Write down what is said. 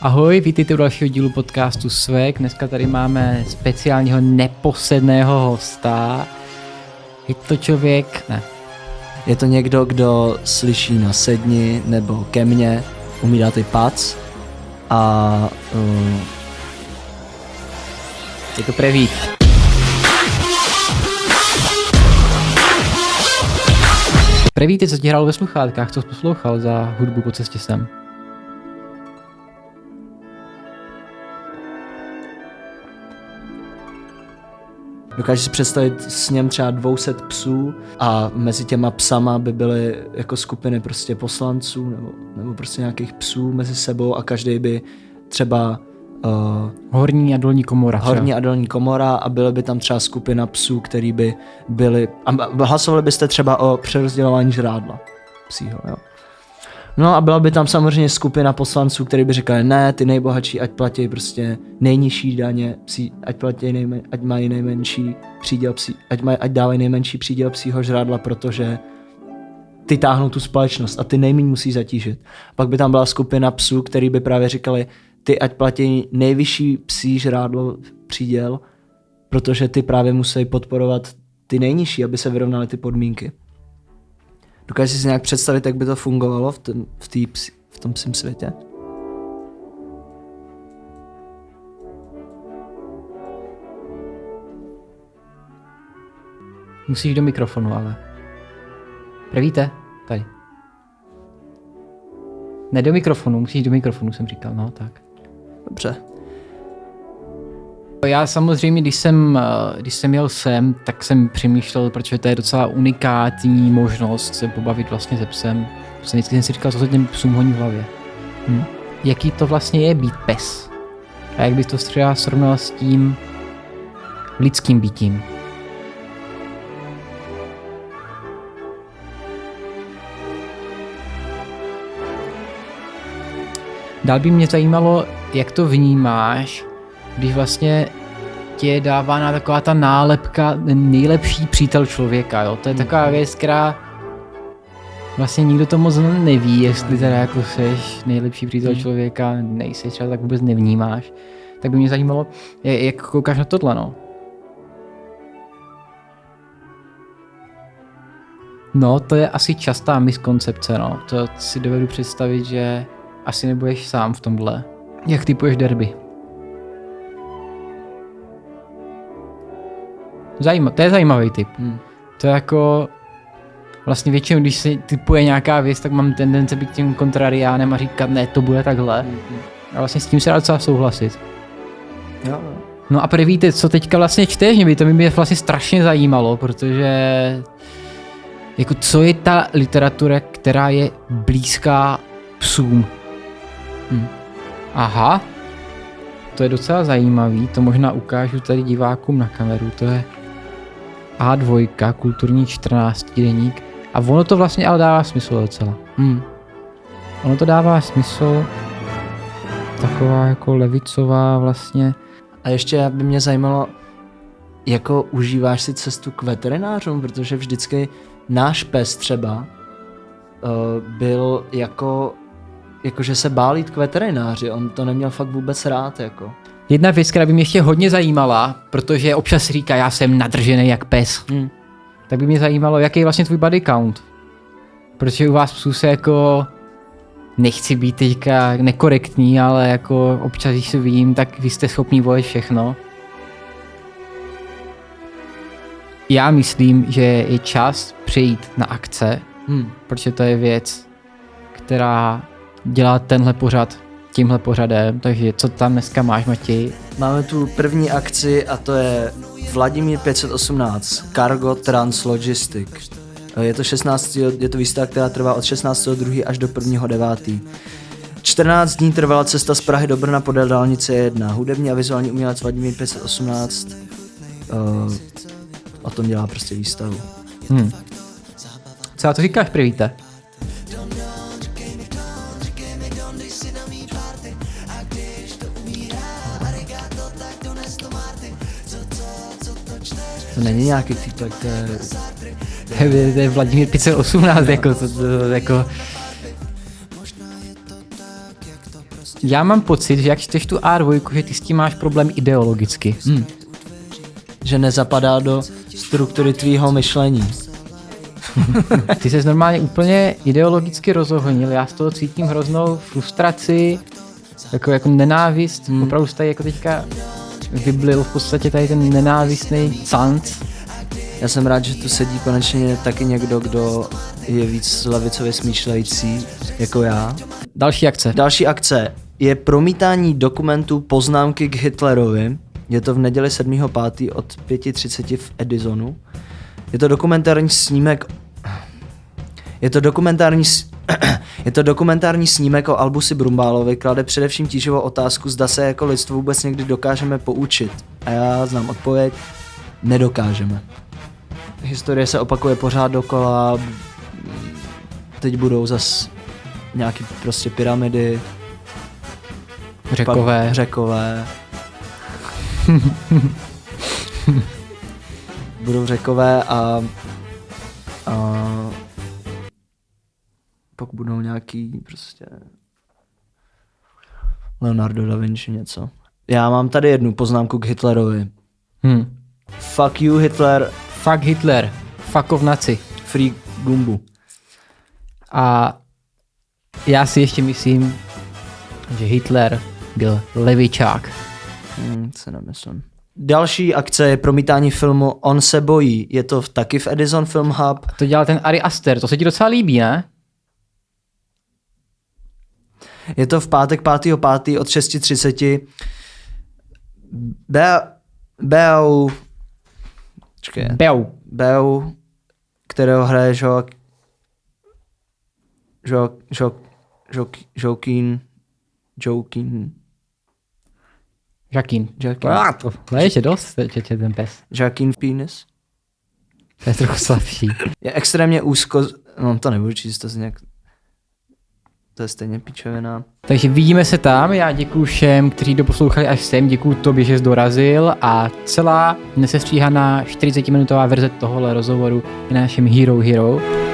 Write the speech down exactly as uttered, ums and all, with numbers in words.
Ahoj, vítejte u dalšího dílu podcastu Svek. Dneska tady máme speciálního neposedného hosta. Je to člověk... Ne. Je to někdo, kdo slyší na sedni nebo ke mně, umí dát i pac a... Uh... Je to Prevík. Prevík, co ti hrál ve sluchátkách, co jsi poslouchal za hudbu po cestě sem? Dokážeš si představit s něm třeba dvě stě psů a mezi těma psama by byly jako skupiny prostě poslanců nebo, nebo prostě nějakých psů mezi sebou a každý by třeba uh, horní a dolní komora. Horní třeba. a dolní komora a byly by tam třeba skupina psů, který by byly a hlasovali byste třeba o přerozdělování žrádla psího, jo. No a byla by tam samozřejmě skupina poslanců, který by říkali, ne, ty nejbohatší, ať platí prostě nejnižší daně, psí, ať platí nejmen, ať mají nejmenší příděl psí, ať, maj, ať dávají nejmenší příděl psího žrádla, protože ty táhnou tu společnost a ty nejméně musí zatížit. Pak by tam byla skupina psů, který by právě říkali, ty ať platí nejvyšší psí žrádlo příděl, protože ty právě musí podporovat ty nejnižší, aby se vyrovnaly ty podmínky. Dokážeš si nějak představit, jak by to fungovalo v, ten, v, tý, v tom psím světě? Musíš do mikrofonu, ale. Prevíte? Tady. Ne do mikrofonu, musíš do mikrofonu, jsem říkal, no tak. Dobře. Já samozřejmě, když jsem, když jsem jel sem, tak jsem přemýšlel, protože to je docela unikátní možnost se pobavit vlastně se psem. Vždycky jsem si říkal, co se těm psům honí v hlavě. Hm? Jaký to vlastně je být pes? A jak bys to třeba srovnal s tím lidským bytím? Dál by mě zajímalo, jak to vnímáš, když vlastně tě dává na taková ta nálepka nejlepší přítel člověka, jo? To je taková věc, která vlastně nikdo to moc neví, jestli teda jako seš nejlepší přítel člověka, nejseš třeba, tak vůbec nevnímáš. Tak by mě zajímalo, jak koukáš na tohle, no? No, to je asi častá miskoncepce, no. To si dovedu představit, že asi nebudeš sám v tomhle. Jak typuješ derby? Zajímav, to je zajímavý typ. Hmm. To je jako vlastně většinou, když se typuje nějaká věc, tak mám tendence být tím kontrariánem a říkat, ne, to bude takhle. Hmm. A vlastně s tím se dá docela souhlasit. Jo. No a Prevíte, co teďka vlastně čteš? Mě by to mě vlastně strašně zajímalo, protože jako co je ta literatura, která je blízká psům? Hmm. Aha, to je docela zajímavý, to možná ukážu tady divákům na kameru, to je á dva, kulturní čtrnáctidenník a ono to vlastně ale dává smysl docela. Hmm. Ono to dává smysl, taková jako levicová vlastně. A ještě by mě zajímalo, jako užíváš si cestu k veterinářům, protože vždycky náš pes třeba uh, byl jako, jako, že se bál jít k veterináři, on to neměl fakt vůbec rád, jako. Jedna věc, která by mě ještě hodně zajímala, protože občas říká, já jsem nadržený jak pes, hmm. tak by mě zajímalo, jaký je vlastně tvůj body count. Protože u vás psů se jako, nechci být teďka nekorektní, ale jako občas, když se vidím, tak vy jste schopní volit všechno. Já myslím, že je čas přejít na akce, hmm. protože to je věc, která dělá tenhle pořad tímhle pořadem, takže co tam dneska máš, Matěj? Máme tu první akci a to je Vladimír pět set osmnáct, Cargo Trans Logistic. Je to, šestnáctého je to výstava, která trvá od šestnáctého druhého až do prvního devátého čtrnáct dní trvala cesta z Prahy do Brna podél dálnice jedna. Hudební a vizuální umělec Vladimír pět set osmnáct uh, o tom dělá prostě výstavu. Hmm. Co na to říkáš, Prevíte? To není nějaký týpek, to je... To je, to je Vladimír pět set osmnáct, jako, to, to, jako... Já mám pocit, že jak čteš tu á dva, že ty s tím máš problém ideologicky. Hmm. Že nezapadá do struktury tvýho myšlení. Ty ses normálně úplně ideologicky rozohonil, já z toho cítím hroznou frustraci, jako, jako nenávist, hmm. opravdu jsi tady jako teďka vyblil v podstatě tady ten nenávistný canc. Já jsem rád, že tu sedí konečně taky někdo, kdo je víc levicově smýšlející jako já. Další akce. Další akce je promítání dokumentu Poznámky k Hitlerovi. Je to v neděli sedmého pátého od pět třicet v Edisonu. Je to dokumentární snímek... Je to dokumentární... Je to dokumentární snímek o Albusi Brumbálovi, klade především tíživou otázku, zda se jako lidstvo vůbec někdy dokážeme poučit. A já znám odpověď, nedokážeme. Historie se opakuje pořád dokola, teď budou zas nějaký prostě pyramidy, Řekové. Řekové. Budou Řekové a, a pak budou nějaký prostě Leonardo da Vinci něco. Já mám tady jednu poznámku k Hitlerovi. Hmm. Fuck you Hitler. Fuck Hitler. Fuck of Nazi. Free Gumbu. A já si ještě myslím, že Hitler byl levičák. Hmm, se nemyslím. Další akce je promítání filmu On se bojí. Je to taky v Edison Film Hub. To dělal ten Ari Aster, to se ti docela líbí, ne? Je to v pátek pátého pátého od šest třicet. Beo... Beo... Čekaj. Beu. Beo, kterého hraje Jo... Jo... Jo... Jo... Joaquin... Joaquin... Žakín. Joaquin. Ah, to je dost, že ten pes. Joaquin Phoenix. To je trochu slabší. Je extrémně úzko... No to nebudu číst, to z nějak... To je stejně pičovina. Takže vidíme se tam, já děkuju všem, kteří doposlouchali až sem, děkuju tobě, že jsi dorazil a celá nesestříhaná čtyřicetiminutová verze tohohle rozhovoru je na našem Hero Hero.